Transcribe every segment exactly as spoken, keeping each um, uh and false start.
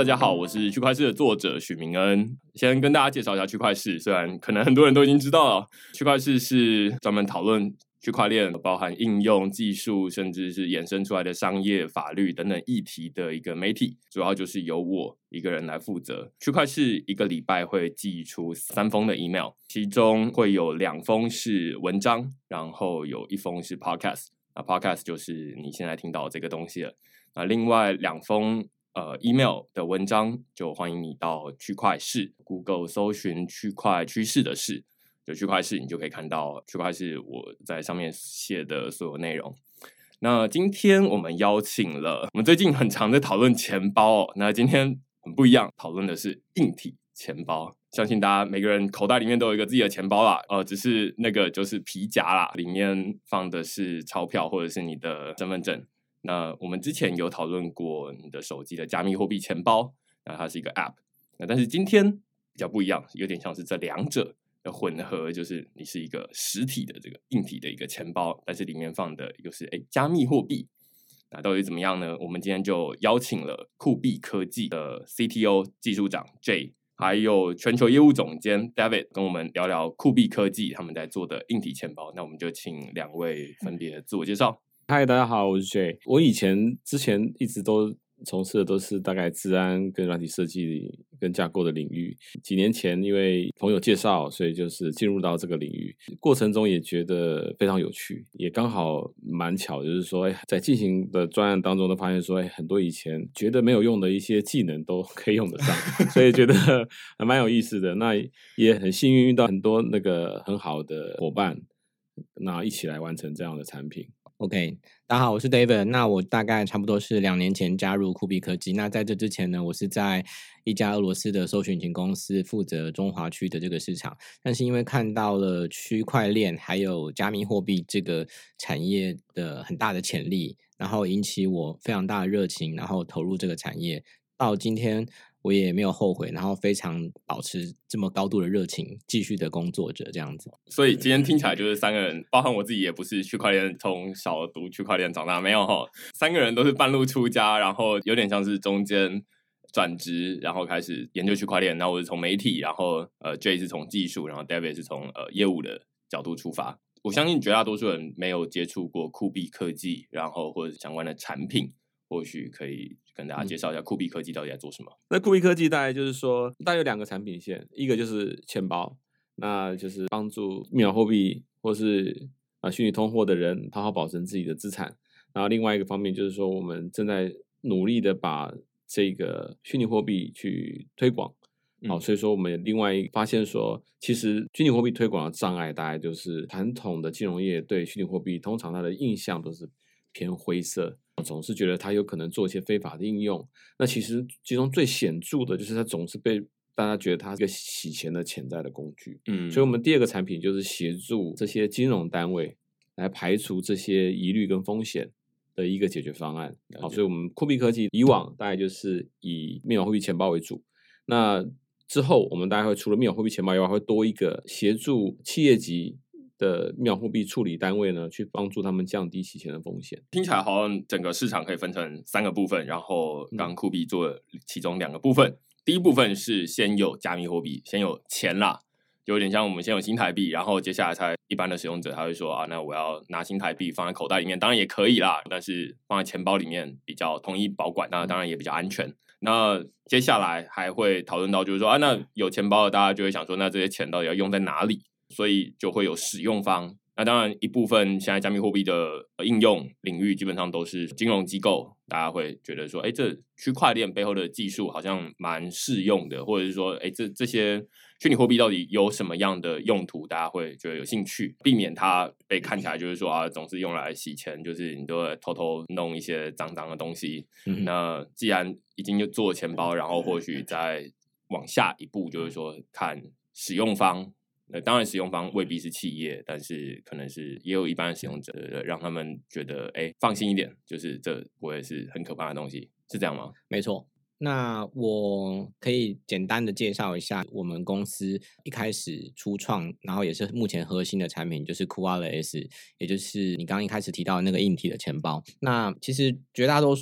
大家好，我是区块市的作者许明恩。先跟大家介绍一下区块市，虽然可能很多人都已经知道了，区块市是专门讨论区块链包含应用、技术，甚至是衍生出来的商业、法律等等议题的一个媒体，主要就是由我一个人来负责。区块市一个礼拜会寄出三封的 email， 其中会有两封是文章，然后有一封是 podcast。那 podcast 就是你现在听到这个东西了。那另外两封呃 email 的文章，就欢迎你到区块市 Google 搜寻区块趋势的市。就区块市，你就可以看到区块市我在上面写的所有内容。那今天我们邀请了，我们最近很常在讨论钱包哦，那今天很不一样，讨论的是硬体钱包。相信大家每个人口袋里面都有一个自己的钱包啦，呃，只是那个就是皮夹啦，里面放的是钞票或者是你的身份证。那我们之前有讨论过你的手机的加密货币钱包，那它是一个 App。那但是今天比较不一样，有点像是这两者的混合，就是你是一个实体的这个硬体的一个钱包，但是里面放的又是诶加密货币。那到底怎么样呢？我们今天就邀请了酷币科技的 C T O 技术长 Jay， 还有全球业务总监 David 跟我们聊聊酷币科技他们在做的硬体钱包。那我们就请两位分别自我介绍。 嗨，大家好，我是 Jay。我以前之前一直都从事的都是大概资安跟软体设计跟架构的领域。几年前因为朋友介绍，所以就是进入到这个领域，过程中也觉得非常有趣，也刚好蛮巧，就是说在进行的专案当中都发现说，很多以前觉得没有用的一些技能都可以用得上，所以觉得还蛮有意思的。那也很幸运遇到很多那个很好的伙伴，那一起来完成这样的产品。 OK， 大家好，我是 David。那我大概差不多是两年前加入酷币科技。那在这之前呢，我是在一家俄罗斯的搜寻引擎公司负责中华区的这个市场。但是因为看到了区块链还有加密货币这个产业的很大的潜力，然后引起我非常大的热情，然后投入这个产业。到今天我也没有后悔，然后非常保持这么高度的热情，继续的工作着这样子。 所以今天听起来就是三个人，包含我自己也不是区块链从小读区块链长大，没有齁，三个人都是半路出家，然后有点像是中间转职，然后开始研究区块链。那我是从媒体，然后呃 Jay 是从技术，然后 David 是从呃业务的角度出发。我相信绝大多数人没有接触过酷币科技，然后或者相关的产品。或许可以跟大家介绍一下酷币科技到底在做什么。 那酷币科技大概就是说，大概有两个产品线，一个就是钱包，那就是帮助密码货币或是啊虚拟通货的人好好保存自己的资产。然后另外一个方面就是说，我们正在努力的把这个虚拟货币去推广。好、嗯，所以说我们另外发现说，其实虚拟货币推广的障碍，大概就是传统的金融业对虚拟货币通常它的印象都是偏灰色。总是觉得它有可能做一些非法的应用，那其实其中最显著的就是它总是被大家觉得它是一个洗钱的潜在的工具。嗯，所以我们第二个产品就是协助这些金融单位来排除这些疑虑跟风险的一个解决方案。好，所以我们酷币科技以往大概就是以密码货币钱包为主，那之后我们大概会除了密码货币钱包以外，会多一个协助企业级的密码货币处理单位呢，去帮助他们降低洗钱的风险。 听起来好像整个市场可以分成三个部分，然后刚刚酷币做了其中两个部分。嗯、第一部分是先有加密货币，先有钱啦，有点像我们先有新台币，然后接下来才一般的使用者他会说啊，那我要拿新台币放在口袋里面，当然也可以啦，但是放在钱包里面比较统一保管，那当然也比较安全。那接下来还会讨论到就是说啊，那有钱包的大家就会想说，那这些钱到底要用在哪里？所以就会有使用方。那当然一部分现在加密货币的应用领域基本上都是金融机构，大家会觉得说，哎，这区块链背后的技术好像蛮适用的，或者是说，哎，这这些虚拟货币到底有什么样的用途，大家会觉得有兴趣，避免它被看起来就是说啊，总是用来洗钱，就是你都会偷偷弄一些脏脏的东西。嗯、那既然已经做钱包，然后或许再往下一步，就是说看使用方。呃，当然使用方未必是企业，但是可能是也有一般的使用者，让他们觉得哎放心一点，就是这不会是很可怕的东西，是这样吗？ 没错。那我可以简单的介绍一下我们公司一开始初创，然后也是目前核心的产品，就是 CoolWallet S， 也就是你刚刚一开始提到的那个硬体的钱包。那其实绝大多数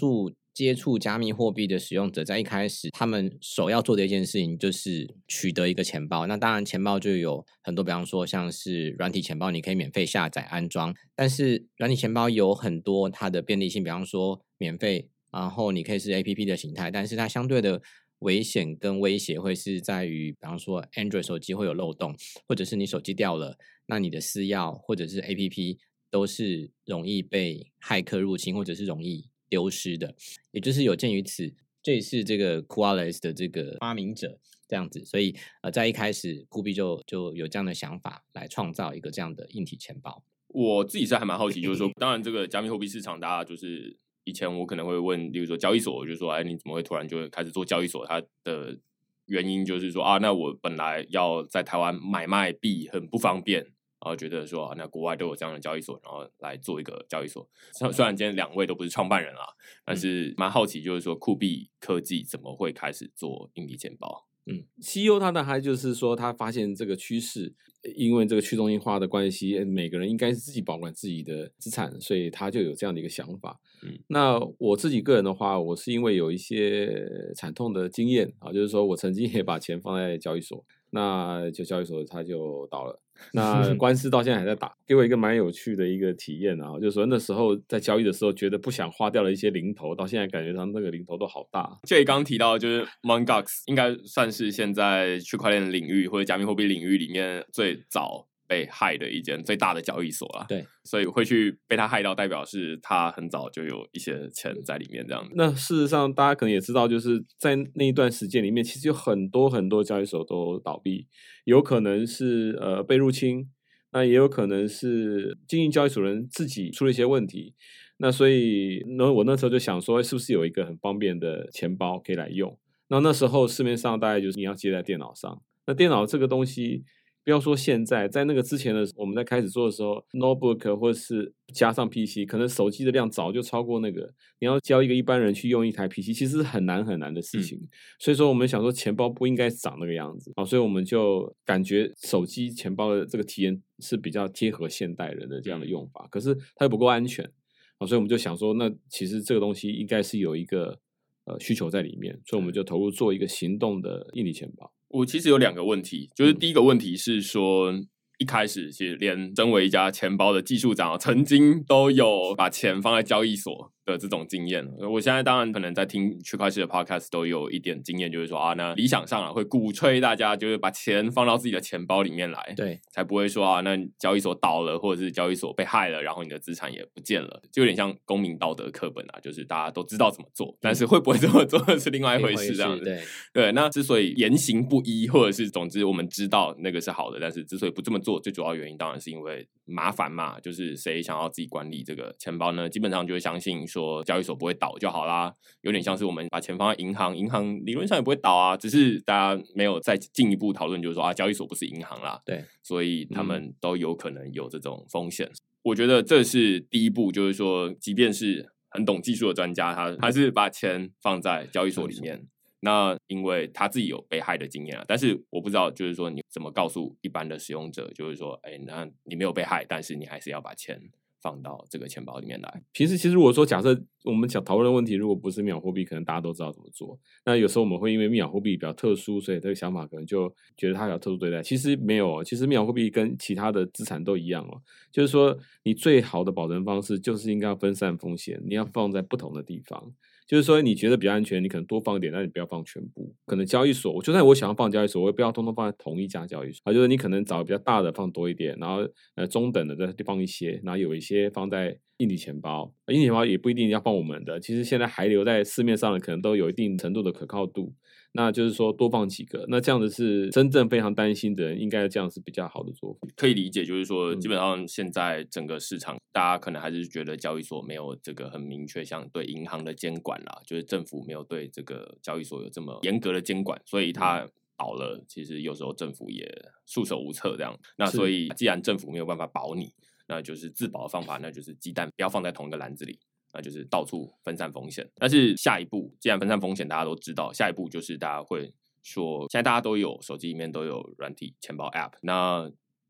接触加密货币的使用者，在一开始他们首要做的一件事情就是取得一个钱包。那当然，钱包就有很多，比方说像是软体钱包，你可以免费下载安装。但是软体钱包有很多它的便利性，比方说免费，然后你可以是 A P P 的形态，但是它相对的危险跟威胁会是在于，比方说 Android 手机会有漏洞，或者是你手机掉了，那你的私钥或者是 A P P 都是容易被骇客入侵，或者是容易丢失的。也就是有鉴于此，这也是这个 Koalas 的这个发明者这样子，所以呃，在一开始酷币就就有这样的想法来创造一个这样的硬体钱包。 我自己是还蛮好奇，就是说，当然这个加密货币市场，大家就是以前我可能会问，例如说交易所，我就说，哎，你怎么会突然就会开始做交易所？它的原因就是说啊，那我本来要在台湾买卖币很不方便。然后觉得说、啊，那国外都有这样的交易所，然后来做一个交易所。虽然今天两位都不是创办人啦，但是蛮好奇，就是说酷币科技怎么会开始做硬币钱包？ 嗯 ，C E O 他的还就是说，他发现这个趋势，因为这个去中心化的关系，每个人应该是自己保管自己的资产，所以他就有这样的一个想法。嗯，那我自己个人的话，我是因为有一些惨痛的经验啊，就是说我曾经也把钱放在交易所，那就交易所它就倒了。那官司到现在还在打，给我一个蛮有趣的一个体验啊，就是说那时候在交易的时候，觉得不想花掉了一些零头，到现在感觉上那个零头都好大。 Jay 刚提到，就是 Mt. Gox 应该算是现在区块链领域或者加密货币领域里面最早被害的一间最大的交易所啦。 对， 所以会去被他害到，代表是他很早就有一些钱在里面这样子。 那事实上，大家可能也知道，就是在那一段时间里面，其实有很多很多交易所都倒闭，有可能是呃被入侵，那也有可能是经营交易所人自己出了一些问题。那所以，那我那时候就想说，是不是有一个很方便的钱包可以来用？那那时候市面上大概就是你要接在电脑上，那电脑这个东西。不要说现在，在那个之前的我们在开始做的时候 ，notebook 或是加上 P C， 可能手机的量早就超过那个。你要教一个一般人去用一台 P C， 其实是很难很难的事情。嗯、所以说，我们想说钱包不应该长那个样子啊，所以我们就感觉手机钱包的这个体验是比较贴合现代人的这样的用法，可是它又不够安全啊，所以我们就想说，那其实这个东西应该是有一个呃需求在里面，所以我们就投入做一个行动的硬体钱包。 我其实有两个问题，就是第一个问题是说，嗯、一开始其实连身为一家钱包的技术长，曾经都有把钱放在交易所的这种经验。我现在当然可能在听区块链的 podcast 都有一点经验，就是说啊，那理想上啊会鼓吹大家就是把钱放到自己的钱包里面来， 对， 才不会说啊，那交易所倒了，或者是交易所被害了，然后你的资产也不见了，就有点像公民道德课本啊，就是大家都知道怎么做，但是会不会这么做是另外一回事，这样子。 对对，那之所以言行不一，或者是总之我们知道那个是好的，但是之所以不这么做，最主要原因当然是因为麻烦嘛，就是谁想要自己管理这个钱包呢？基本上就会相信说交易所不会倒就好啦，有点像是我们把钱放在银行，银行理论上也不会倒啊，只是大家没有再进一步讨论，就是说啊，交易所不是银行啦， 对， 所以他们都有可能有这种风险。嗯、我觉得这是第一步，就是说，即便是很懂技术的专家，他还是把钱放在交易所里面。那因为他自己有被害的经验啊，但是我不知道，就是说你怎么告诉一般的使用者，就是说，哎，那你没有被害，但是你还是要把钱放到这个钱包里面来。 平时其实如果说假设我们想讨论的问题，如果不是密码货币，可能大家都知道怎么做。那有时候我们会因为密码货币比较特殊，所以这个想法可能就觉得它比较特殊对待。其实没有，其实密码货币跟其他的资产都一样哦。就是说，你最好的保存方式就是应该要分散风险，你要放在不同的地方。就是说，你觉得比较安全，你可能多放一点，但你不要放全部。可能交易所，我就算我想要放交易所，我也不要通通放在同一家交易所。啊，就是你可能找比较大的放多一点，然后呃中等的再放一些，然后有一些放在硬体钱包。硬体钱包也不一定要放我们的，其实现在还留在市面上的，可能都有一定程度的可靠度。那就是说多放几个，那这样子是真正非常担心的人，应该这样是比较好的做法。 可以理解，就是说基本上现在整个市场，嗯、大家可能还是觉得交易所没有这个很明确像对银行的监管啦，就是政府没有对这个交易所有这么严格的监管，所以它倒了，其实有时候政府也束手无策这样。那所以既然政府没有办法保你，那就是自保的方法，那就是鸡蛋不要放在同一个篮子里。那就是到处分散风险，但是下一步，既然分散风险大家都知道，下一步就是大家会说，现在大家都有手机里面都有软体钱包 App， 那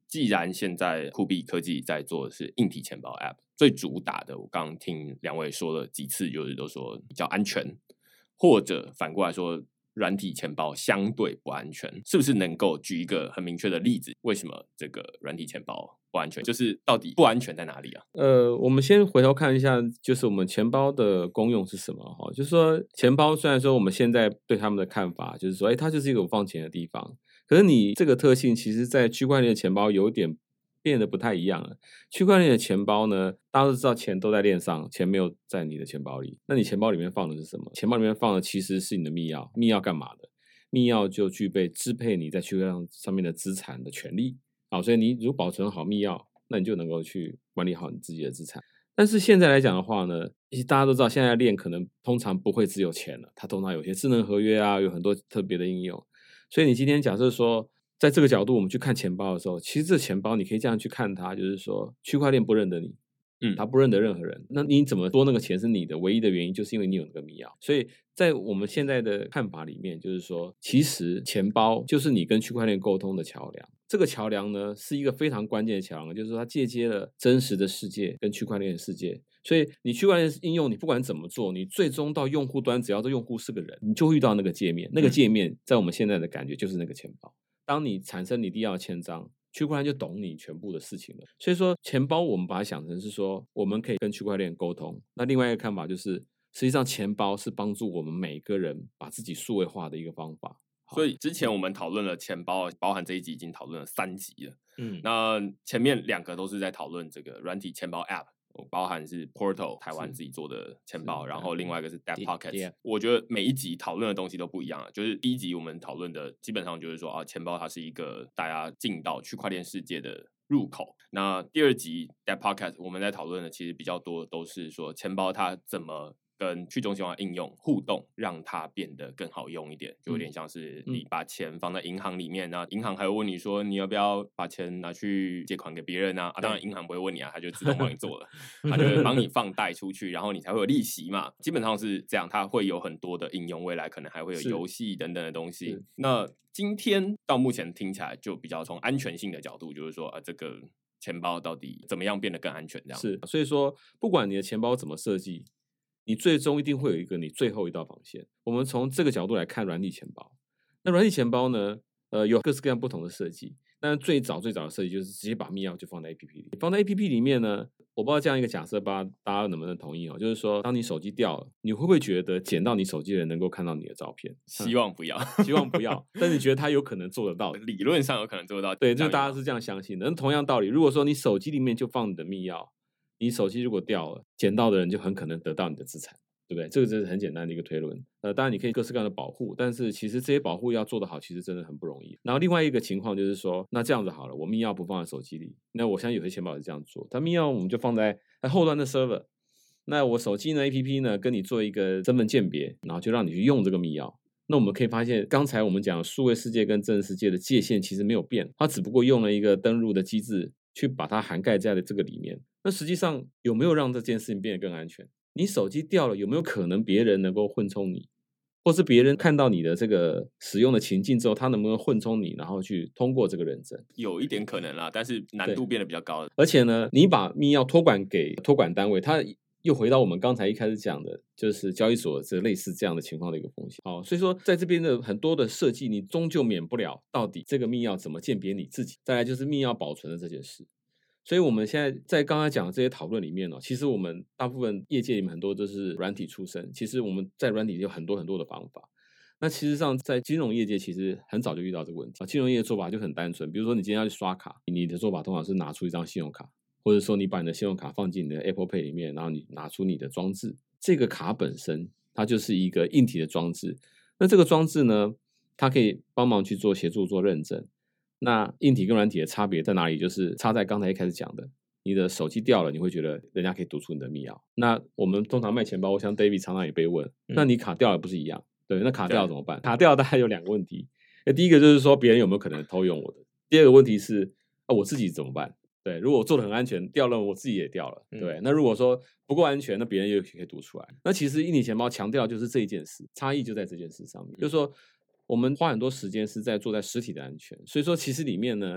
既然现在酷币科技在做的是硬体钱包 App， 最主打的，我刚刚听两位说了几次，就是都说比较安全，或者反过来说，软体钱包相对不安全，是不是能够举一个很明确的例子？为什么这个软体钱包不安全？就是到底不安全在哪里啊？ 呃，我们先回头看一下，就是我们钱包的功用是什么哈？就是说，钱包虽然说我们现在对他们的看法就是说，哎，它就是一个我放钱的地方，可是你这个特性，其实在区块链的钱包有点变得不太一样了。区块链的钱包呢，大家都知道钱都在链上，钱没有在你的钱包里。那你钱包里面放的是什么？钱包里面放的其实是你的密钥。密钥干嘛的？密钥就具备支配你在区块链上面的资产的权利。好，所以你如果保存好密钥，那你就能够去管理好你自己的资产。但是现在来讲的话呢，大家都知道现在链可能通常不会只有钱了，它通常有些智能合约啊，有很多特别的应用。所以你今天假设说，在这个角度我们去看钱包的时候，其实这钱包你可以这样去看它，就是说区块链不认得你，嗯，他不认得任何人，那你怎么说那个钱是你的？唯一的原因就是因为你有那个密钥。所以在我们现在的看法里面，就是说，其实钱包就是你跟区块链沟通的桥梁。这个桥梁呢，是一个非常关键的桥梁，就是说它借接了真实的世界跟区块链的世界。所以你区块链应用，你不管怎么做，你最终到用户端，只要这用户是个人，你就会遇到那个界面。那个界面在我们现在的感觉就是那个钱包。当你产生你第一要签章，区块链就懂你全部的事情了。所以说钱包我们把它想成是说我们可以跟区块链沟通。那另外一个看法就是实际上钱包是帮助我们每个人把自己数位化的一个方法。 所以之前我们讨论了钱包，包含这一集已经讨论了三集了。 嗯， 那前面两个都是在讨论这个软体钱包 App， 包含是 Portal 台湾自己做的钱包，然后另外一个是 Deb Pocket。我觉得每一集讨论的东西都不一样了。就是第一集我们讨论的基本上就是说啊，钱包它是一个大家进到区块链世界的入口。那第二集 Deb Pocket 我们在讨论的其实比较多都是说钱包它怎么跟去中心化应用互动，让它变得更好用一点，就有点像是你把钱放在银行里面，那、嗯、银行还会问你说你要不要把钱拿去借款给别人啊？啊，当然银行不会问你啊，它就自动帮你做了，它就会帮你放贷出去，然后你才会有利息嘛。基本上是这样，它会有很多的应用，未来可能还会有游戏等等的东西。那今天到目前听起来就比较从安全性的角度，就是说啊，这个钱包到底怎么样变得更安全？这样是，所以说不管你的钱包怎么设计，你最终一定会有一个你最后一道防线。我们从这个角度来看软体钱包，那软体钱包呢，呃，有各式各样不同的设计。但最早最早的设计就是直接把密钥就放在 A P P 里，放在 A P P 里面呢，我不知道这样一个假设吧，大家能不能同意哦？就是说，当你手机掉了，你会不会觉得捡到你手机的人能够看到你的照片？ 希望不要， 希望不要。但是你觉得他有可能做得到？ 理论上有可能做得到。 对，就大家是这样相信的。那同样道理，如果说你手机里面就放你的密钥，你手机如果掉了，捡到的人就很可能得到你的资产。对不对？这个就是很简单的一个推论。呃，当然你可以各式各样的保护，但是其实这些保护要做得好，其实真的很不容易。然后另外一个情况就是说，那这样子好了，我密钥不放在手机里，那我相信有些钱包是这样做，它密钥我们就放在后端的 server。那我手机呢 A P P 呢跟你做一个身份鉴别，然后就让你去用这个密钥。那我们可以发现，刚才我们讲数位世界跟真实世界的界限其实没有变，它只不过用了一个登录的机制去把它涵盖在了这个里面。那实际上有没有让这件事情变得更安全？你手机掉了，有没有可能别人能够混充你，或是别人看到你的这个使用的情境之后，他能不能混充你，然后去通过这个认证？ 有一点可能啦，但是难度变得比较高了。 而且呢，你把密钥托管给托管单位，它又回到我们刚才一开始讲的，就是交易所这类似这样的情况的一个风险。好，所以说在这边的很多的设计，你终究免不了到底这个密钥怎么鉴别你自己。再来就是密钥保存的这件事。所以我们现在在刚才讲的这些讨论里面、哦、其实我们大部分业界里面很多都是软体出身，其实我们在软体有很多很多的方法。那其实上在金融业界其实很早就遇到这个问题。金融业的做法就很单纯，比如说你今天要去刷卡，你的做法通常是拿出一张信用卡，或者说你把你的信用卡放进你的 Apple Pay 里面，然后你拿出你的装置，这个卡本身它就是一个硬体的装置。那这个装置呢，它可以帮忙去做协助做认证。那硬体跟软体的差别在哪里？就是差在刚才一开始讲的，你的手机掉了，你会觉得人家可以读出你的密钥。那我们通常卖钱包，我想 David 常常也被问，嗯、那你卡掉了不是一样？对，那卡掉了怎么办？卡掉大概有两个问题。第一个就是说别人有没有可能偷用我的？第二个问题是啊，我自己怎么办？对，如果我做的很安全，掉了我自己也掉了。对，嗯、那如果说不够安全，那别人也可以读出来。那其实硬体钱包强调就是这一件事，差异就在这件事上面，就是说。我们花很多时间是在做在实体的安全，所以说其实里面呢，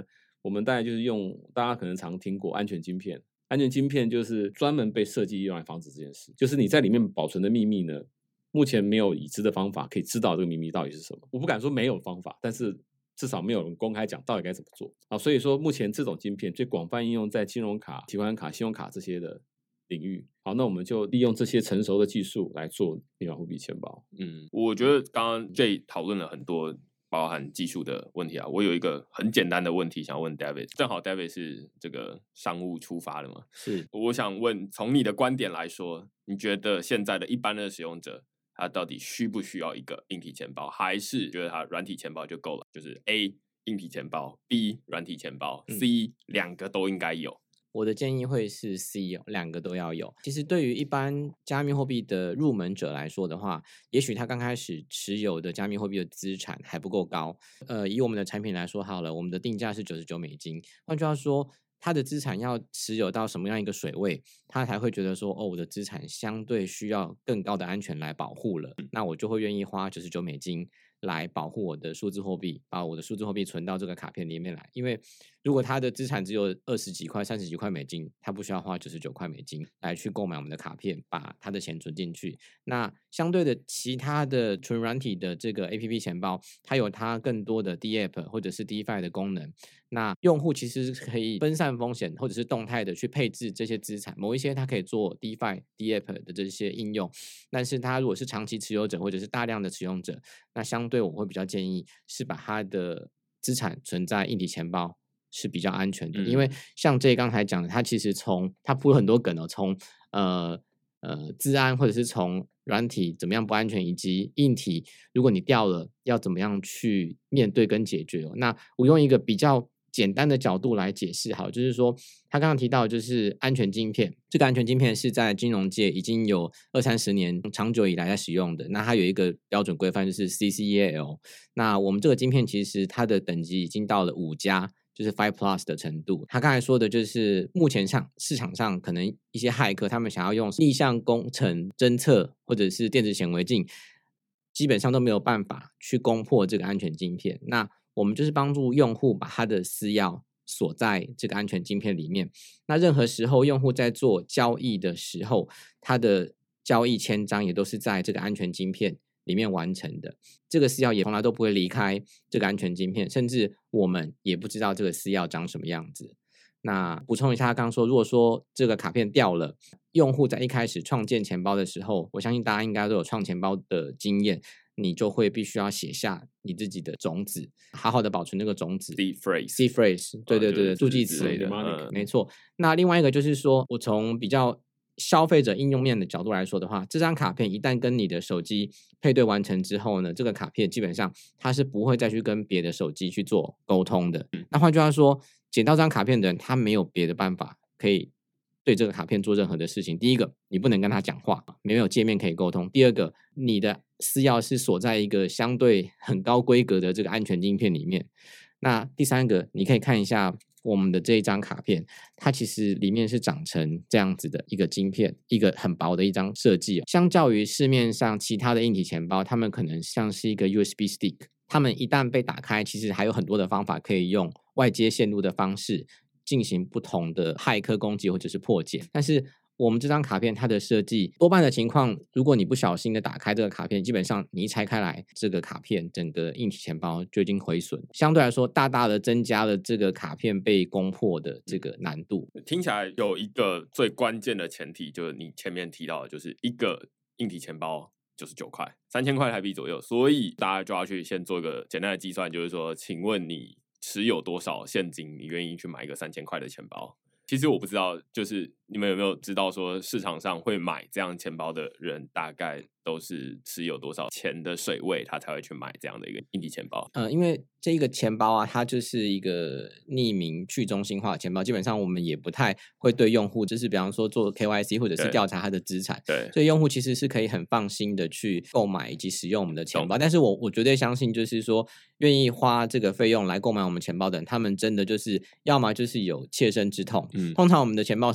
我们大概就是用大家可能常听过安全晶片，安全晶片就是专门被设计用来防止这件事，就是你在里面保存的秘密呢，目前没有已知的方法可以知道这个秘密到底是什么。我不敢说没有方法，但是至少没有人公开讲到底该怎么做啊。所以说，目前这种晶片最广泛应用在金融卡、提款卡、信用卡这些的领域。好，那我们就利用这些成熟的技术来做密码货币钱包。 嗯，我觉得刚刚 Jay 讨论了很多包含技术的问题啊，我有一个很简单的问题想问 David， 正好 David 是这个商务出发的嘛， 是， 我想问，从你的观点来说，你觉得现在的一般的使用者，他到底需不需要一个硬体钱包，还是觉得他软体钱包就够了？就是 A 硬体钱包 ，B 软体钱包、 嗯、 ，C 两个都应该有。 我的建议会是 C 哦，两个都要有。其实对于一般加密货币的入门者来说的话，也许他刚开始持有的加密货币的资产还不够高。呃，以我们的产品来说好了，我们的定价是九十九美金。换句话说，他的资产要持有到什么样一个水位，他才会觉得说，哦，我的资产相对需要更高的安全来保护了，那我就会愿意花九十九美金来保护我的数字货币，把我的数字货币存到这个卡片里面来。因为如果他的资产只有二十几块、三十几块美金，他不需要花九十九块美金来去购买我们的卡片，把他的钱存进去。那相对的，其他的纯软体的这个 A P P 钱包，它有它更多的 D App 或者是 DeFi 的功能。那用户其实可以分散风险，或者是动态的去配置这些资产。某一些它可以做 DeFi、D App 的这些应用，但是它如果是长期持有者或者是大量的使用者，那相对我会比较建议是把它的资产存在硬体钱包是比较安全的。嗯、因为像这刚才讲的，它其实从它铺了很多梗哦，从呃呃资安，或者是从软体怎么样不安全，以及硬体如果你掉了要怎么样去面对跟解决哦。那我用一个比较简单的角度来解释好，就是说他刚刚提到就是安全晶片，这个安全晶片是在金融界已经有二三十年长久以来在使用的。那它有一个标准规范，就是 C C E A L。那我们这个晶片其实它的等级已经到了五加，就是 Five Plus 的程度。他刚才说的就是目前上市场上可能一些骇客他们想要用逆向工程侦测或者是电子显微镜，基本上都没有办法去攻破这个安全晶片。那我们就是帮助用户把他的私钥锁在这个安全晶片里面。那任何时候用户在做交易的时候，他的交易签章也都是在这个安全晶片里面完成的。这个私钥也从来都不会离开这个安全晶片，甚至我们也不知道这个私钥长什么样子。那补充一下，他刚刚说，如果说这个卡片掉了，用户在一开始创建钱包的时候，我相信大家应该都有创钱包的经验，你就会必须要写下你自己的种子，好好的保存那个种子 ，seed phrase，seed phrase， 对对对对，助记词类的， 嗯、 没错。那另外一个就是说，我从比较消费者应用面的角度来说的话，这张卡片一旦跟你的手机配对完成之后呢，这个卡片基本上它是不会再去跟别的手机去做沟通的。嗯、那换句话说，捡到这张卡片的人，他没有别的办法可以对这个卡片做任何的事情。第一个，你不能跟他讲话，没有界面可以沟通。第二个，你的私钥是锁在一个相对很高规格的这个安全晶片里面。那第三个，你可以看一下我们的这一张卡片，它其实里面是长成这样子的一个晶片，一个很薄的一张设计。相较于市面上其他的硬体钱包，它们可能像是一个 U S B stick， 它们一旦被打开，其实还有很多的方法可以用外接线路的方式进行不同的骇客攻击或者是破解。但是我们这张卡片它的设计，多半的情况，如果你不小心的打开这个卡片，基本上你一拆开来，这个卡片整个硬体钱包就已经毁损，相对来说大大的增加了这个卡片被攻破的这个难度。 听起来有一个最关键的前提，就是你前面提到的，就是一个硬体钱包九十九块，三千块台币左右，所以大家就要去先做一个简单的计算，就是说，请问你持有多少现金，你愿意去买一个三千块的钱包？其实我不知道，就是你们有没有知道说市场上会买这样钱包的人，大概都是持有多少钱的水位，他才会去买这样的一个硬体钱包？ 呃，因为这一个钱包啊，它就是一个匿名去中心化的钱包，基本上我们也不太会对用户，就是比方说做 K Y C 或者是调查他的资产， 对， 所以用户其实是可以很放心的去购买以及使用我们的钱包。但是我我绝对相信，就是说愿意花这个费用来购买我们钱包的人，他们真的就是要么就是有切身之痛。嗯，通常我们的钱包什么时候卖的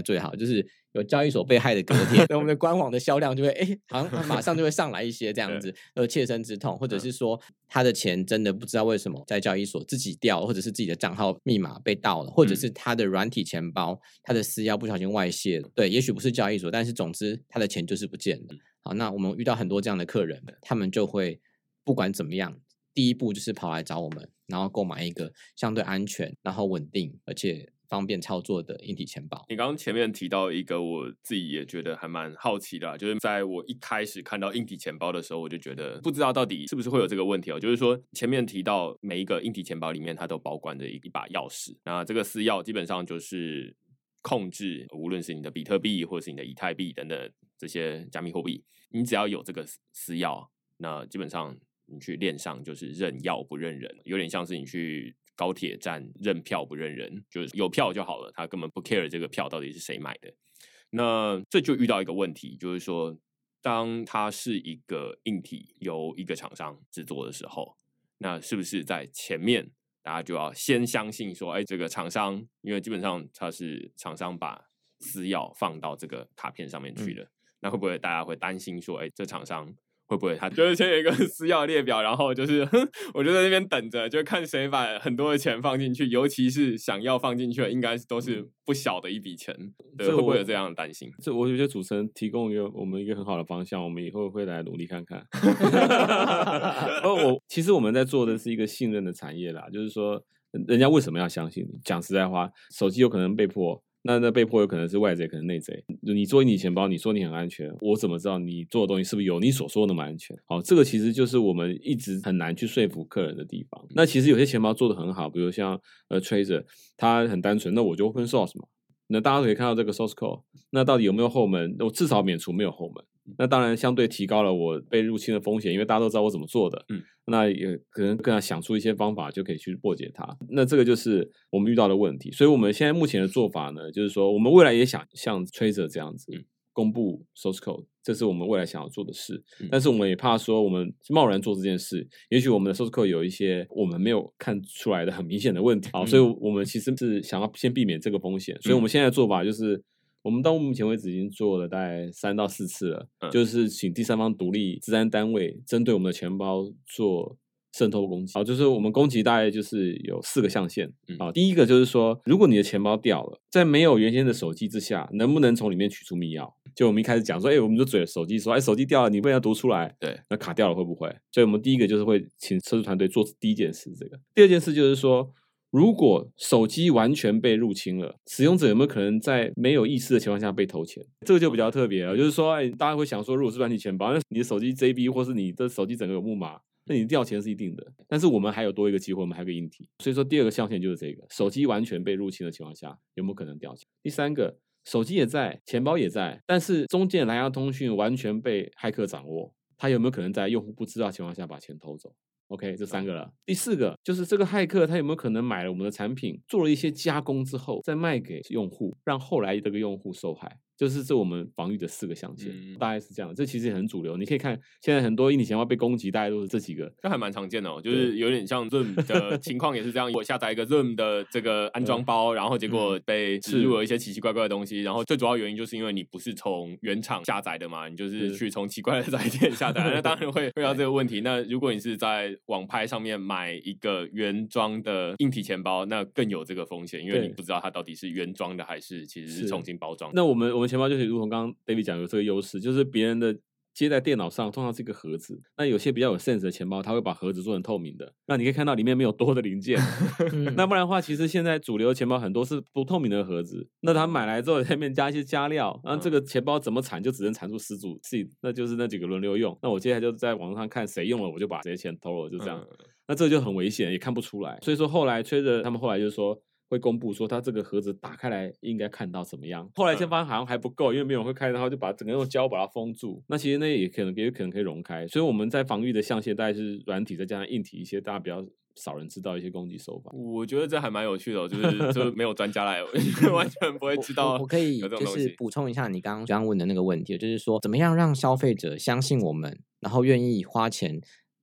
最好，就是有交易所被害的隔天，我们的官网的销量就会哎，好像马上就会上来一些这样子，呃，切身之痛，或者是说他的钱真的不知道为什么在交易所自己掉，或者是自己的账号密码被盗了，或者是他的软体钱包、他的私钥不小心外泄了，对，也许不是交易所，但是总之他的钱就是不见了。好，那我们遇到很多这样的客人，他们就会不管怎么样，第一步就是跑来找我们，然后购买一个相对安全、然后稳定而且方便操作的硬体钱包。 你刚刚前面提到一个，我自己也觉得还蛮好奇的、啊，就是在我一开始看到硬体钱包的时候，我就觉得不知道到底是不是会有这个问题哦。就是说前面提到每一个硬体钱包里面，它都保管着一一把钥匙，那这个私钥基本上就是控制，无论是你的比特币或是你的以太币等等这些加密货币，你只要有这个私钥，那基本上你去链上就是认钥不认人，有点像是你去高铁站认票不认人，就是有票就好了，他根本不 care 这个票到底是谁买的。那这就遇到一个问题，就是说当它是一个硬体由一个厂商制作的时候，那是不是在前面大家就要先相信说，哎，这个厂商，因为基本上它是厂商把私钥放到这个卡片上面去了，嗯、那会不会大家会担心说，哎，这厂商会不会他就是先有一个私钥列表，然后就是我就在那边等着，就看谁把很多的钱放进去，尤其是想要放进去的，应该都是不小的一笔钱，对，会不会有这样的担心？ 这我觉得主持人提供一个我们一个很好的方向，我们以后会来努力看看。而我其实我们在做的是一个信任的产业啦，就是说人家为什么要相信你？讲实在话，手机有可能被破。那那被迫有可能是外贼，可能内贼。你做硬体钱包，你说你很安全，我怎么知道你做的东西是不是有你所说的那么安全？好，这个其实就是我们一直很难去说服客人的地方。那其实有些钱包做的很好，比如像呃 Trezor， 它很单纯，那我就 open source 嘛。那大家都可以看到这个 source code， 那到底有没有后门？我至少免除没有后门。那当然相对提高了我被入侵的风险，因为大家都知道我怎么做的，嗯，那也可能更要想出一些方法就可以去破解它。那这个就是我们遇到的问题。所以我们现在目前的做法呢，就是说我们未来也想像 Trezor 这样子、嗯、公布 source code， 这是我们未来想要做的事、嗯、但是我们也怕说我们贸然做这件事，也许我们的 source code 有一些我们没有看出来的很明显的问题、嗯、好，所以我们其实是想要先避免这个风险、嗯、所以我们现在的做法就是我们到目前为止已经做了大概三到四次了、嗯、就是请第三方独立治安单位针对我们的钱包做渗透攻击。好，就是我们攻击大概就是有四个象限。好，第一个就是说，如果你的钱包掉了，在没有原先的手机之下，能不能从里面取出密钥？就我们一开始讲说，哎、欸，我们就嘴了手机说，哎、欸，手机掉了，你不能读出来，对，那卡掉了会不会？所以我们第一个就是会请测试团队做第一件事，这个。第二件事就是说，如果手机完全被入侵了，使用者有没有可能在没有意识的情况下被偷钱？这个就比较特别了，就是说，哎、欸，大家会想说，如果是软体钱包，那你的手机 J B 或是你的手机整个有木马，那你掉钱是一定的。但是我们还有多一个机会，我们还有个硬体。所以说第二个象限就是这个，手机完全被入侵的情况下，有没有可能掉钱？第三个，手机也在，钱包也在，但是中间的蓝牙通讯完全被骇客掌握，他有没有可能在用户不知道的情况下把钱偷走？OK， 这三个了。第四个就是这个骇客他有没有可能买了我们的产品，做了一些加工之后再卖给用户，让后来这个用户受害，就是这我们防御的四个象限、嗯、大概是这样。这其实也很主流，你可以看现在很多硬体钱包被攻击大概都是这几个， 这还蛮常见的哦，就是有点像 Zoom 的情况也是这样。我下载一个 Zoom 的这个安装包，然后结果被植入了一些奇奇怪怪的东西，然后最主要原因就是因为你不是从原厂下载的嘛，你就是去从奇怪的载体下载，那当然会遇到这个问题。那如果你是在网拍上面买一个原装的硬体钱包，那更有这个风险，因为你不知道它到底是原装的还是其实是重新包装的。 那我们我们钱包就是如同刚刚 David 讲有这个优势，就是别人的接在电脑上通常是一个盒子，那有些比较有 sense 的钱包它会把盒子做成透明的，那你可以看到里面没有多的零件那不然的话其实现在主流钱包很多是不透明的盒子，那他买来之后在里面加一些加料，那这个钱包怎么产就只能产出十组 seed， 那就是那几个轮流用，那我接下来就在网上看谁用了我就把这些钱偷了，就这样、嗯、那这个就很危险也看不出来。所以说后来吹着他们后来就说会公布说他这个盒子打开来应该看到怎么样，后来先发现好像还不够，因为没有人会开，然后就把整个用胶把它封住，那其实那也可能也有可能可以融开。所以我们在防御的象限大概是软体再加上硬体一些大家比较少人知道一些攻击手法。 我觉得这还蛮有趣的、哦、就是就没有专家来完全不会知道。 我, 我可以就是补充一下你刚刚刚问的那个问题，就是说怎么样让消费者相信我们，然后愿意花钱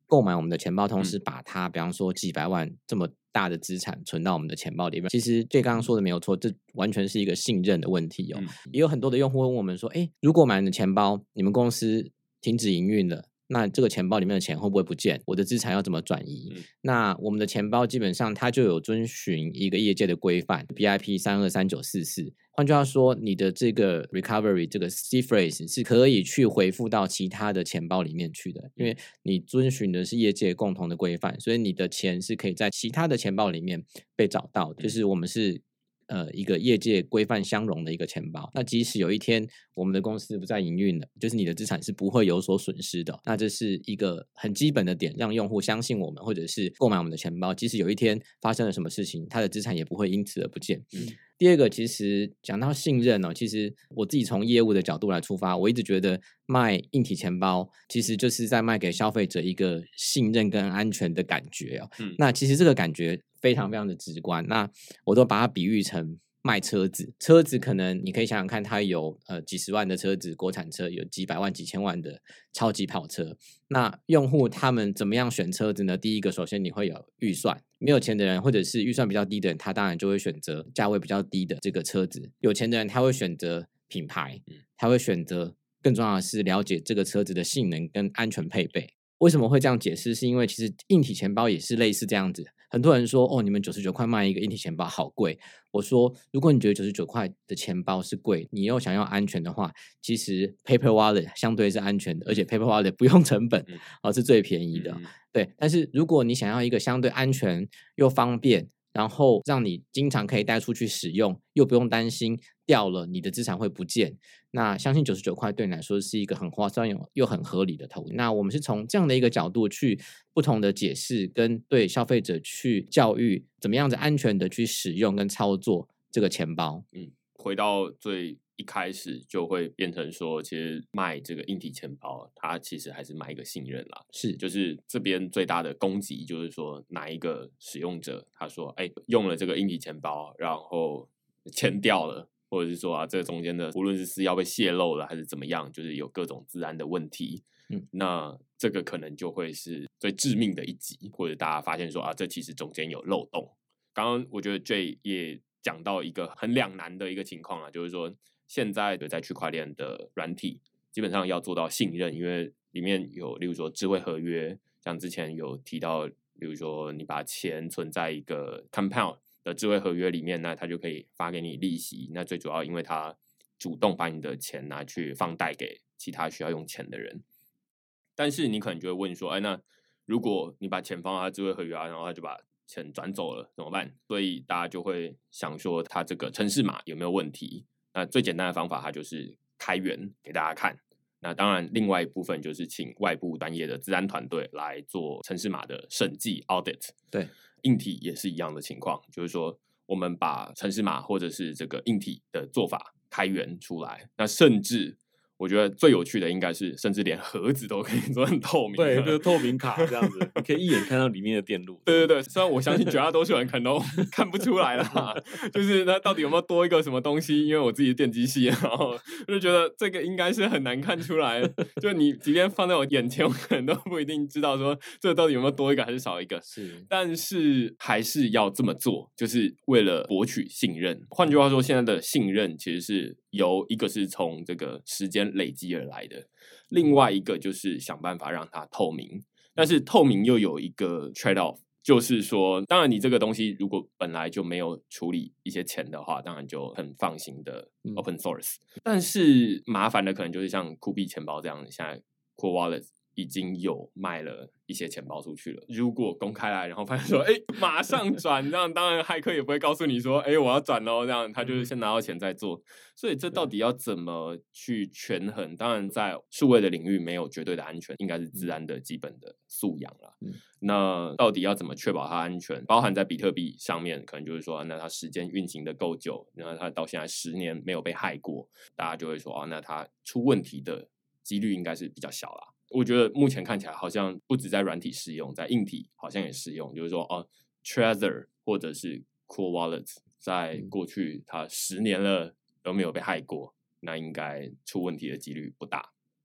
购买我们的钱包，同时把它，比方说几百万这么大的资产存到我们的钱包里面。其实这刚刚说的没有错，这完全是一个信任的问题哦。嗯、也有很多的用户问我们说，哎，如果买你的钱包，你们公司停止营运了，那这个钱包里面的钱会不会不见？我的资产要怎么转移？嗯、那我们的钱包基本上它就有遵循一个业界的规范 B I P 三二三九四四。换句话说，你的这个 recovery 这个 C phrase 是可以去回复到其他的钱包里面去的，因为你遵循的是业界共同的规范，所以你的钱是可以在其他的钱包里面被找到的。就是我们是呃一个业界规范相容的一个钱包。那即使有一天我们的公司不再营运了，就是你的资产是不会有所损失的。那这是一个很基本的点，让用户相信我们，或者是购买我们的钱包，即使有一天发生了什么事情，他的资产也不会因此而不见。嗯第二个，其实讲到信任哦，其实我自己从业务的角度来出发，我一直觉得卖硬体钱包其实就是在卖给消费者一个信任跟安全的感觉哦。嗯、那其实这个感觉非常非常的直观，那我都把它比喻成卖车子，车子可能你可以想想看，它有呃几十万的车子，国产车有几百万、几千万的超级跑车。那用户他们怎么样选车子呢？第一个，首先你会有预算，没有钱的人或者是预算比较低的人，他当然就会选择价位比较低的这个车子。有钱的人他会选择品牌，他会选择更重要的是了解这个车子的性能跟安全配备。为什么会这样解释？是因为其实硬体钱包也是类似这样子。很多人说，哦，你们九十九块卖一个硬体钱包好贵。我说，如果你觉得九十九块的钱包是贵，你又想要安全的话，其实 Paper Wallet 相对是安全的，而且 Paper Wallet 不用成本，哦，是最便宜的。嗯、对，但是如果你想要一个相对安全又方便，然后让你经常可以带出去使用，又不用担心掉了你的资产会不见，那相信九十九块对你来说是一个很划算又很合理的投资。那我们是从这样的一个角度去不同的解释，跟对消费者去教育怎么样子安全的去使用跟操作这个钱包。 嗯，回到最一开始就会变成说，其实卖这个硬体钱包，它其实还是卖一个信任啦。 是， 就是这边最大的攻击就是说，哪一个使用者他说，哎，用了这个硬体钱包，然后钱掉了，或者是说啊，这个中间的无论是私钥被泄露了还是怎么样，就是有各种治安的问题。嗯，那这个可能就会是最致命的一击，或者大家发现说啊，这其实中间有漏洞。刚刚我觉得 Jay 也讲到一个很两难的一个情况啊，就是说现在的在区块链的软体基本上要做到信任，因为里面有例如说智慧合约，像之前有提到，比如说你把钱存在一个 compound 的智慧合约里面，那它就可以发给你利息。那最主要因为它主动把你的钱拿去放贷给其他需要用钱的人。但是你可能就会问说，哎，那如果你把钱放到他智慧合约啊，然后他就把钱转走了怎么办？所以大家就会想说，他这个程式码有没有问题？那最简单的方法，它就是开源给大家看。那当然，另外一部分就是请外部专业的资安团队来做程式码的审计 audit。 对， 硬体也是一样的情况，就是说我们把程式码或者是这个硬体的做法开源出来，那甚至。我觉得最有趣的应该是，甚至连盒子都可以做很透明。 对，就是透明卡这样子，你可以一眼看到里面的电路。 对对对，虽然我相信绝大多数人可能都看不出来啦，就是它到底有没有多一个什么东西？因为我自己是电机系，然后就觉得这个应该是很难看出来。就你即便放在我眼前，我可能都不一定知道说这个到底有没有多一个还是少一个。 是， 但是还是要这么做，就是为了博取信任。换句话说，现在的信任其实是由一个是从这个时间累积而来的，另外一个就是想办法让它透明，但是透明又有一个 trade off， 就是说当然你这个东西如果本来就没有处理一些钱的话，当然就很放心的 open source、嗯、但是麻烦的可能就是像酷币钱包这样，现在 Cool Wallet 已经有卖了一些钱包出去了，如果公开来然后发现说哎，马上转，这样当然骇客也不会告诉你说哎，我要转咯，这样他就是先拿到钱再做。所以这到底要怎么去权衡？当然在数位的领域没有绝对的安全，应该是资安的基本的素养啦、嗯、那到底要怎么确保它安全？包含在比特币上面，可能就是说那它时间运行的够久，那它到现在十年没有被害过，大家就会说啊，那它出问题的几率应该是比较小啦。我觉得目前看起来好像不止在软体适用，在硬体好像也适用，就是说哦 Trezor 或者是 Cool Wallet 在过去它十年了都没有被害过，那应该出问题的几率不大。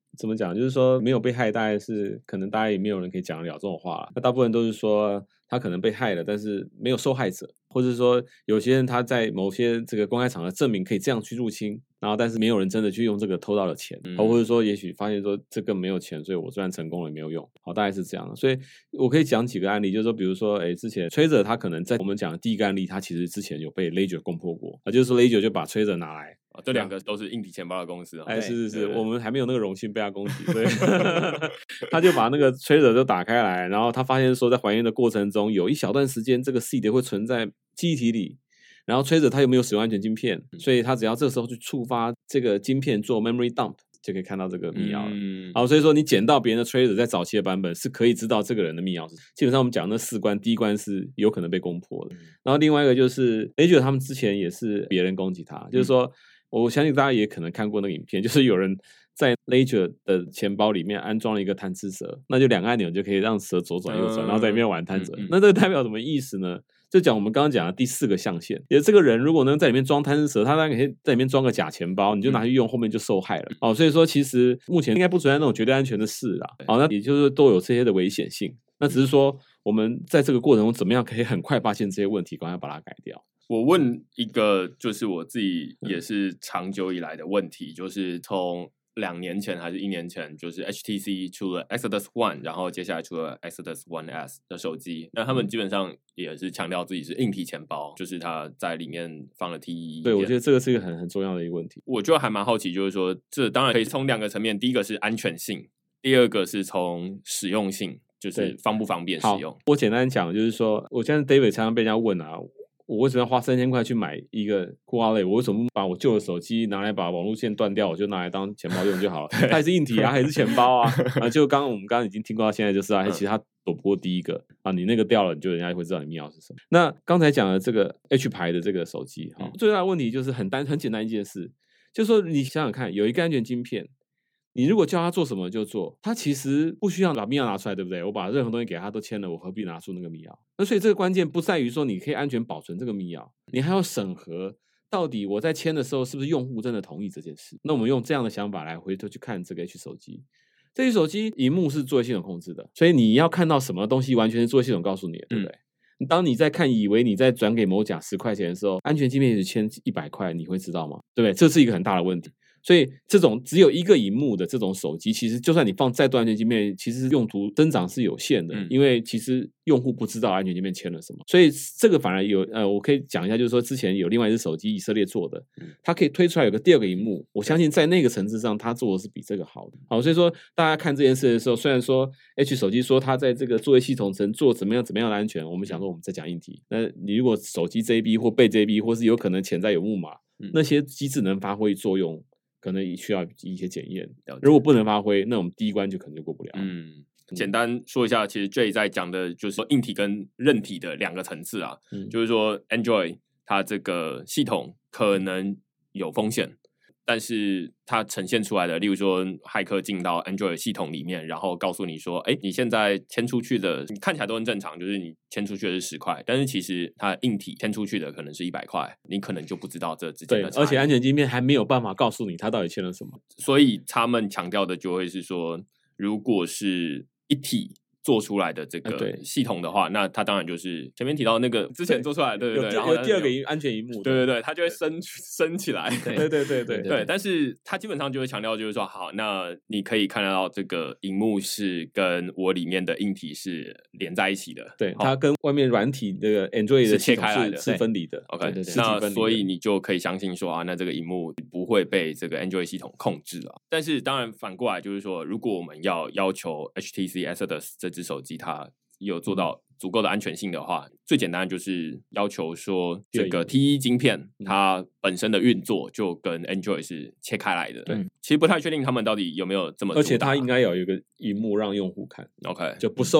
怎么讲？就是说没有被害，大概是可能大家也没有人可以讲得了这种话了。那大部分都是说他可能被害了，但是没有受害者，或者说有些人他在某些这个公开场合证明可以这样去入侵，然后但是没有人真的去用这个偷到了钱，嗯、或者说也许发现说这个没有钱，所以我虽然成功了也没有用，好，大概是这样的。所以我可以讲几个案例，就是说比如说，哎，之前吹者他可能在我们讲的第一个案例，他其实之前有被 Ledger 攻破过，啊，就是说 Ledger 就把吹者拿来。 哦、这两个都是硬体钱包的公司、哦、 哎，是是是，我们还没有那个荣幸被他攻击，所以他就把那个吹者就打开来，然后他发现说在还原的过程中有一小段时间这个 seed 会存在记忆体里，然后吹者他又没有使用安全晶片，所以他只要这时候去触发这个晶片做 memory dump 就可以看到这个密钥了。嗯，好，所以说你捡到别人的吹者在早期的版本是可以知道这个人的密钥是，基本上我们讲那四关，第一关是有可能被攻破的。嗯、然后另外一个就是 Ledger 他们之前也是别人攻击他，嗯、就是说。我相信大家也可能看过那个影片，就是有人在 Ledger 的钱包里面安装了一个贪吃蛇，那就两个按钮就可以让蛇左转右转，嗯、然后在里面玩贪吃蛇。嗯、那这个代表什么意思呢？就讲我们刚刚讲的第四个象限，也这个人如果能在里面装贪吃蛇，他当然可以在里面装个假钱包，你就拿去用，后面就受害了。哦，所以说其实目前应该不存在那种绝对安全的事啦。好，那也就是都有这些的危险性，那只是说我们在这个过程中怎么样可以很快发现这些问题，赶快把它改掉。 我问一个，就是我自己也是长久以来的问题，嗯、就是从两年前还是一年前，就是 H T C 出了 Exodus One， 然后接下来出了 Exodus One S 的手机，那他们基本上也是强调自己是硬体钱包，就是它在里面放了 T E。 对，我觉得这个是一个很很重要的一个问题。 我就还蛮好奇，就是说，这当然可以从两个层面，第一个是安全性，第二个是从实用性，就是方不方便使用。 我简单讲，就是说，我现在 David 常常被人家问啊。我为什么要花三千块去买一个 Huawei？ 我为什么不把我旧的手机拿来把网路线断掉，我就拿来当钱包用就好了？它也是硬体啊，还是钱包啊？啊，就刚刚我们刚刚已经听过到现在就是啊，其实它躲不过第一个啊，你那个掉了，你就人家会知道你密钥是什么。那刚才讲的这个 H 牌的这个手机，哈、嗯，最大的问题就是很单很简单一件事，就是说你想想看，有一个安全晶片。你如果叫他做什么就做，他其实不需要把密钥拿出来，对不对？我把任何东西给他都签了，我何必拿出那个密钥？那所以这个关键不在于说你可以安全保存这个密钥，你还要审核到底我在签的时候是不是用户真的同意这件事。那我们用这样的想法来回头去看这个 H 手机，这 H 手机萤幕是作业系统控制的，所以你要看到什么东西完全是作业系统告诉你的，对不对？嗯、当你在看以为你在转给某甲十块钱的时候，安全晶片是签一百块，你会知道吗？对不对？这是一个很大的问题。所以这种只有一个萤幕的这种手机，其实就算你放再多安全晶片，其实用途增长是有限的，嗯、因为其实用户不知道安全晶片签了什么。所以这个反而有呃，我可以讲一下，就是说之前有另外一只手机以色列做的，它可以推出来有个第二个萤幕，我相信在那个层次上，它做的是比这个好的。好，所以说大家看这件事的时候，虽然说 H 手机说它在这个作业系统层做怎么样怎么样的安全，我们想说我们在讲硬体，那你如果手机 J B 或被 J B 或是有可能潜在有木马，嗯、那些机制能发挥作用。可能需要一些检验，如果不能发挥，那我们第一关就可能就过不了。 嗯，简单说一下，其实 Jay 在讲的就是说硬体跟韧体的两个层次啊，嗯、就是说 Android 它这个系统可能有风险。但是它呈现出来的，例如说骇客进到 Android 系统里面，然后告诉你说，哎，你现在签出去的，你看起来都很正常，就是你签出去的是十块，但是其实它硬体签出去的可能是一百块，你可能就不知道这之间的差异。 对，而且安全晶片还没有办法告诉你它到底签了什么， 所以他们强调的就会是说，如果是一体做出来的这个系统的话，呃、那它当然就是前面提到那个之前做出来的，对对对， 然后有第二个安全萤幕， 对对对，它就会升升起来， 对对对对 对, 对。但是它基本上就会强调，就是说，好，那你可以看得到这个萤幕是跟我里面的硬体是连在一起的， 对，它跟外面软体这个 Android 的切开来的， 是分离的。 OK， 对对对，那所以你就可以相信说啊，那这个萤幕不会被这个 Android 系统控制啊。但是当然反过来就是说，如果我们要要求 H T C Exodus 这只手机它有做到足够的安全性的话，最简单的就是要求说这个 T E 晶片它本身的运作就跟 Android 是切开来的。对，其实不太确定他们到底有没有这么做， 而且它应该有一个萤幕让用户看 ，OK， 就不受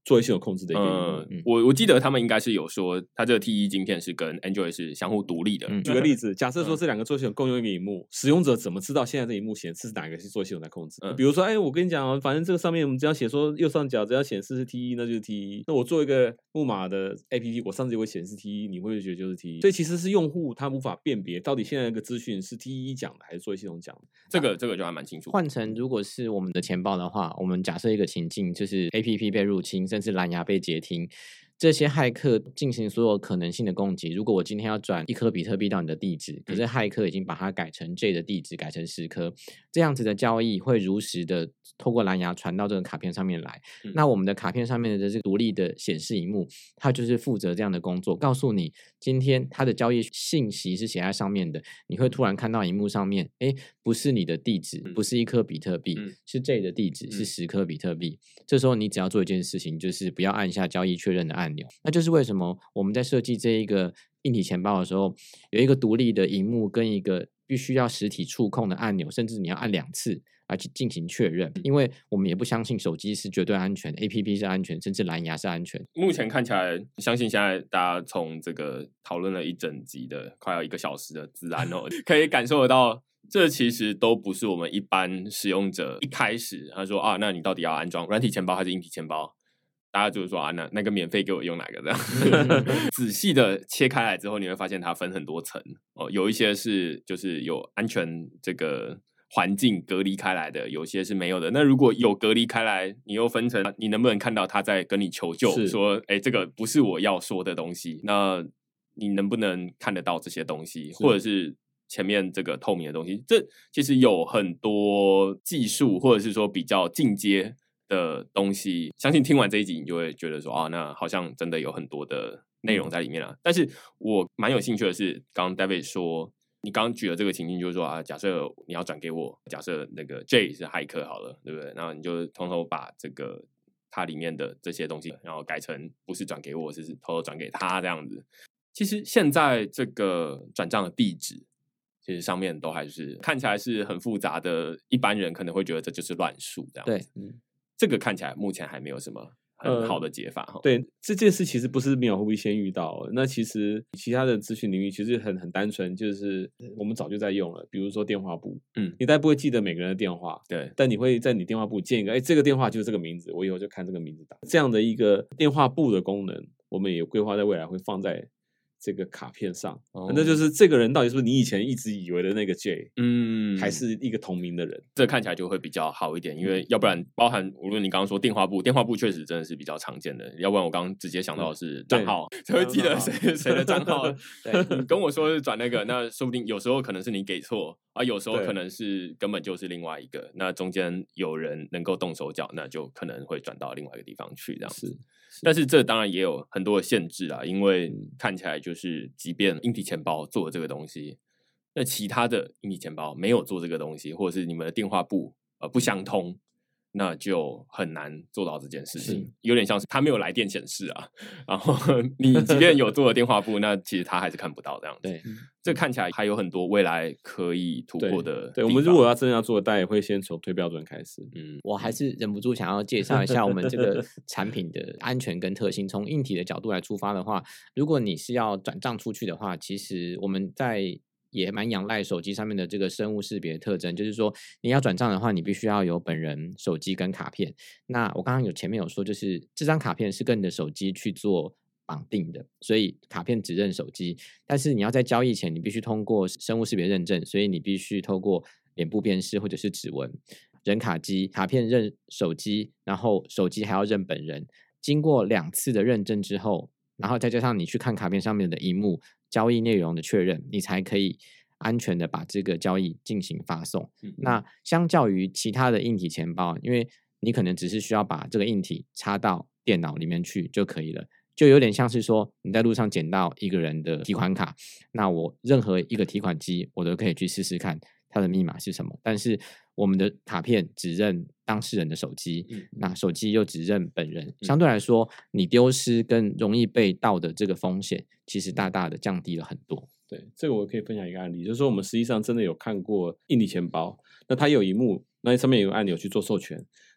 作业系统控制的一个荧幕。 嗯嗯、我我记得他们应该是有说，它这个 T 一 晶片是跟 Android 是相互独立的。 嗯、举个例子，假设说这两个作业系统共用一个荧幕，使用者怎么知道现在这荧幕显示是哪个是作业系统在控制？嗯、比如说，哎，我跟你讲哦，反正这个上面我们只要写说右上角只要显示是 T 一，那就是 T 一。那我做一个木马的 A P P， 我上次就会显示 T 一，你会不会觉得就是 T 一？所以其实是用户他无法辨别到底现在那个资讯是 T 一讲的还是作业系统讲的。 这个这个就还蛮清楚。 换成如果是我们的钱包的话，我们假设一个情境，就是 A P P 被入侵，甚至蓝牙被截停，这些骇客进行所有可能性的攻击。如果我今天要转一颗比特币到你的地址，可是骇客已经把它改成 J 的地址，改成十颗，这样子的交易会如实的透过蓝牙传到这个卡片上面来。嗯、那我们的卡片上面的这个独立的显示萤幕，它就是负责这样的工作，告诉你今天它的交易信息是写在上面的。你会突然看到萤幕上面，哎，不是你的地址，不是一颗比特币，嗯、是 J 的地址，是十颗比特币。嗯、这时候你只要做一件事情，就是不要按下交易确认的按钮。那就是为什么我们在设计这一个硬体钱包的时候，有一个独立的萤幕跟一个必须要实体触控的按钮，甚至你要按两次来去进行确认，因为我们也不相信手机是绝对安全 ，A P P 是安全，甚至蓝牙是安全。 目前看起来，相信现在大家从这个讨论了一整集的快要一个小时的资安哦，可以感受得到。这其实都不是我们一般使用者一开始他说啊，那你到底要安装软体钱包还是硬体钱包？大家就是说啊，那那个免费给我用哪个这样？仔细的切开来之后，你会发现它分很多层哦，有一些是就是有安全这个环境隔离开来的，有些是没有的。那如果有隔离开来，你又分成你能不能看到他在跟你求救，说哎，这个不是我要说的东西，那你能不能看得到这些东西，或者是前面这个透明的东西？这其实有很多技术，或者是说比较进阶的东西，相信听完这一集你就会觉得说啊，那好像真的有很多的内容在里面了。但是我蛮有兴趣的是，刚刚 David 说，你刚刚举的这个情境就是说啊，假设你要转给我，假设那个 J 是骇客好了，对不对？然后你就偷偷把这个它里面的这些东西，然后改成不是转给我，是偷偷转给他这样子。其实现在这个转账的地址，其实上面都还是看起来是很复杂的，一般人可能会觉得这就是乱数这样子。 对，嗯。 这个看起来目前还没有什么很好的解法、呃、 对，这件事其实不是密码货币先遇到，那其实其他的资讯领域其实很很单纯，就是我们早就在用了，比如说电话簿，嗯，你大概不会记得每个人的电话， 对， 但你会在你电话簿建一个，哎，这个电话就是这个名字，我以后就看这个名字打，这样的一个电话簿的功能，我们也规划在未来会放在这个卡片上，哦、那就是这个人到底是不是你以前一直以为的那个 J， 嗯，还是一个同名的人？ 这看起来就会比较好一点，因为要不然包含无论你刚刚说电话簿，电话簿确实真的是比较常见的，要不然我刚刚直接想到的是账号，才会记得谁谁的账号。对，你跟我说是转那个，那说不定有时候可能是你给错啊，有时候可能是根本就是另外一个，那中间有人能够动手脚，那就可能会转到另外一个地方去，这样子。但是这当然也有很多的限制啊，因为看起来就是即便硬体钱包做这个东西，那其他的硬体钱包没有做这个东西，或者是你们的电话簿呃不相通，那就很难做到这件事情，有点像是它没有来电显示啊，然后你即便有做了电话簿，那其实它还是看不到这样子。 对， 这看起来还有很多未来可以突破的。 对，对我们如果要真的要做，大家也会先从推标准开始。 嗯，我还是忍不住想要介绍一下我们这个产品的安全跟特性。从硬体的角度来出发的话，如果你是要转账出去的话，其实我们在也蛮仰赖手机上面的这个生物识别特征，就是说你要转账的话，你必须要有本人手机跟卡片。那我刚刚有前面有说，就是这张卡片是跟你的手机去做绑定的，所以卡片只认手机。但是你要在交易前，你必须通过生物识别认证，所以你必须透过脸部辨识或者是指纹。人卡机，卡片认手机，然后手机还要认本人。经过两次的认证之后，然后再加上你去看卡片上面的萤幕交易内容的确认，你才可以安全的把这个交易进行发送。嗯、那相较于其他的硬体钱包，因为你可能只是需要把这个硬体插到电脑里面去就可以了，就有点像是说你在路上捡到一个人的提款卡，那我任何一个提款机我都可以去试试看它的密码是什么，但是我们的卡片只认当事人的手机，嗯、那手机又只认本人，相对来说你丢失跟容易被盗的这个风险其实大大的降低了很多。 对，这个我可以分享一个案例，就是说我们实际上真的有看过硬体钱包，那它有萤幕，那上面有个按钮去做授权，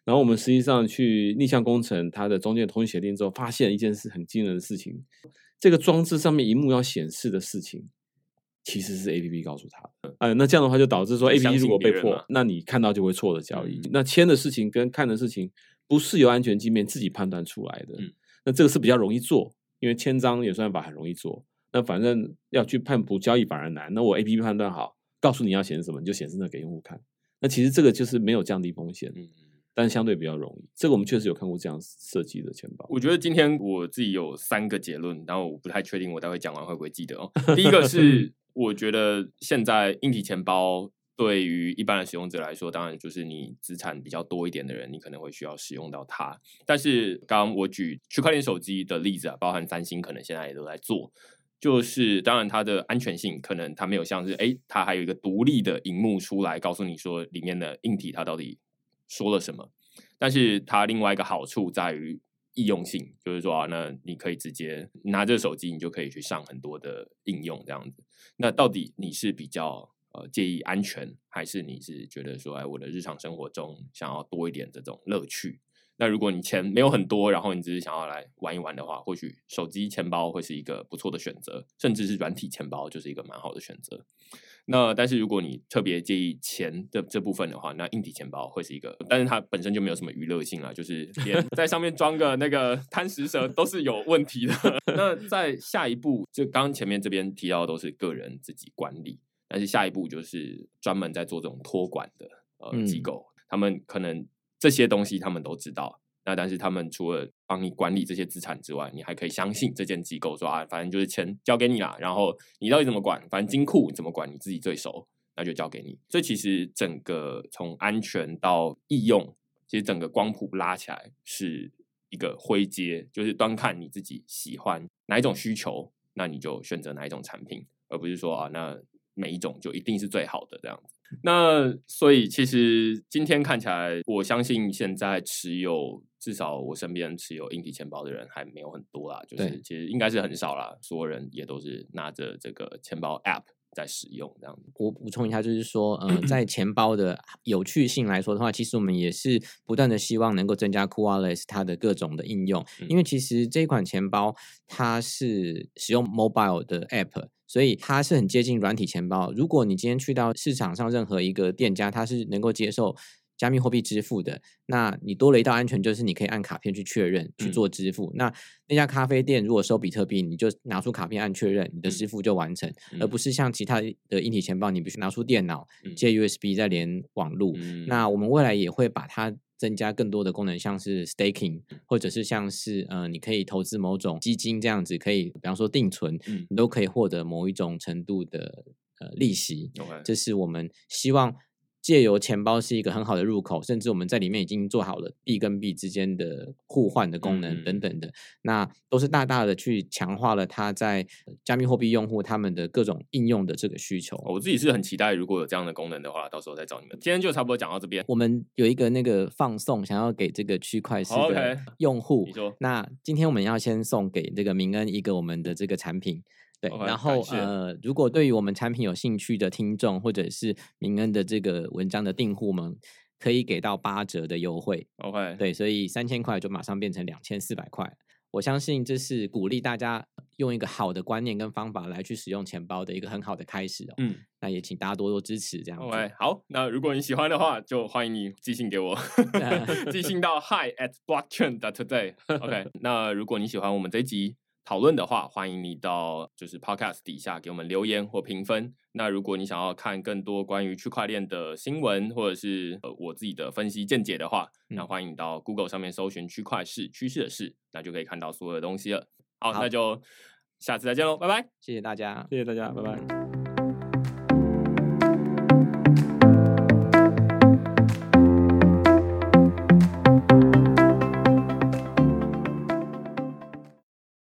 然后我们实际上去逆向工程它的中间通讯协定之后，发现一件事很惊人的事情，这个装置上面萤幕要显示的事情，其实是 A P P 告诉他的。呃，那这样的话就导致说 A P P 如果被破，那你看到就会错的交易。嗯、那签的事情跟看的事情不是由安全界面自己判断出来的。嗯、那这个是比较容易做，因为签章演算法很容易做。那反正要去判补交易反而难。那我 A P P 判断好，告诉你要显示什么，你就显示那给用户看。那其实这个就是没有降低风险。嗯但相对比较容易，这个我们确实有看过这样设计的钱包。 我觉得今天我自己有三个结论，然后我不太确定我待会讲完会不会记得哦。第一个是，我觉得现在硬体钱包对于一般的使用者来说，当然就是你资产比较多一点的人，你可能会需要使用到它。但是刚刚我举区块链手机的例子啊，包含三星可能现在也都在做。就是当然它的安全性可能它没有像是诶它还有一个独立的萤幕出来告诉你说里面的硬体它到底说了什么，但是它另外一个好处在于易用性，就是说啊，那你可以直接拿着手机，你就可以去上很多的应用这样子。那到底你是比较呃介意安全，还是你是觉得说，哎，我的日常生活中想要多一点这种乐趣？那如果你钱没有很多，然后你只是想要来玩一玩的话，或许手机钱包会是一个不错的选择，甚至是软体钱包就是一个蛮好的选择。那但是如果你特别介意钱的这部分的话，那硬体钱包会是一个，但是它本身就没有什么娱乐性啦，就是连在上面装个那个贪食蛇都是有问题的。那在下一步，就刚刚前面这边提到的都是个人自己管理，但是下一步就是专门在做这种托管的呃机构，嗯、他们可能这些东西他们都知道。那但是他们除了帮你管理这些资产之外，你还可以相信这间机构说啊，反正就是钱交给你啦，然后你到底怎么管，反正金库你怎么管你自己最熟，那就交给你。所以其实整个从安全到易用，其实整个光谱拉起来是一个灰阶，就是端看你自己喜欢哪一种需求，那你就选择哪一种产品，而不是说啊，那每一种就一定是最好的这样子。那所以其实今天看起来，我相信现在持有至少我身边持有硬体钱包的人还没有很多啦，就是其实应该是很少啦，所有人也都是拿着这个钱包 App 在使用这样子。 我补充一下，就是说，呃，在钱包的有趣性来说的话，其实我们也是不断的希望能够增加 Coolwallet 它的各种的应用，嗯、因为其实这一款钱包它是使用 mobile 的 App。所以它是很接近软体钱包。如果你今天去到市场上任何一个店家，它是能够接受加密货币支付的，那你多了一道安全，就是你可以按卡片去确认去做支付。嗯、那那家咖啡店如果收比特币，你就拿出卡片按确认，你的支付就完成，嗯、而不是像其他的硬体钱包，你必须拿出电脑接 U S B 再连网路。嗯、那我们未来也会把它增加更多的功能，像是 staking， 或者是像是呃，你可以投资某种基金这样子，可以比方说定存，嗯、你都可以获得某一种程度的呃利息。Okay. 这是我们希望借由钱包是一个很好的入口，甚至我们在里面已经做好了币跟币之间的互换的功能等等的，嗯、那都是大大的去强化了它在加密货币用户他们的各种应用的这个需求。 我自己是很期待，如果有这样的功能的话，到时候再找你们。今天就差不多讲到这边。 我们有一个那个放送，想要给这个区块链的用户， okay. 你说， 那今天我们要先送给这个明恩一个我们的这个产品。对， okay, 然后呃，如果对于我们产品有兴趣的听众，或者是明恩的这个文章的订户们，可以给到八折的优惠。 OK， 对，所以三千块就马上变成两千四百块。我相信这是鼓励大家用一个好的观念跟方法来去使用钱包的一个很好的开始哦。嗯，那也请大家多多支持这样子。 OK， 好，那如果你喜欢的话，就欢迎你寄信给我，寄信到 hi at blockchain dot today。OK， 那如果你喜欢我们这一集讨论的话，欢迎你到就是 podcast 底下给我们留言或评分。那如果你想要看更多关于区块链的新闻，或者是、呃、我自己的分析见解的话，嗯、那欢迎你到 Google 上面搜寻区块市趋势的事，那就可以看到所有的东西了。好，好那就下次再见喽，拜拜， 谢谢大家， 谢谢大家，拜拜。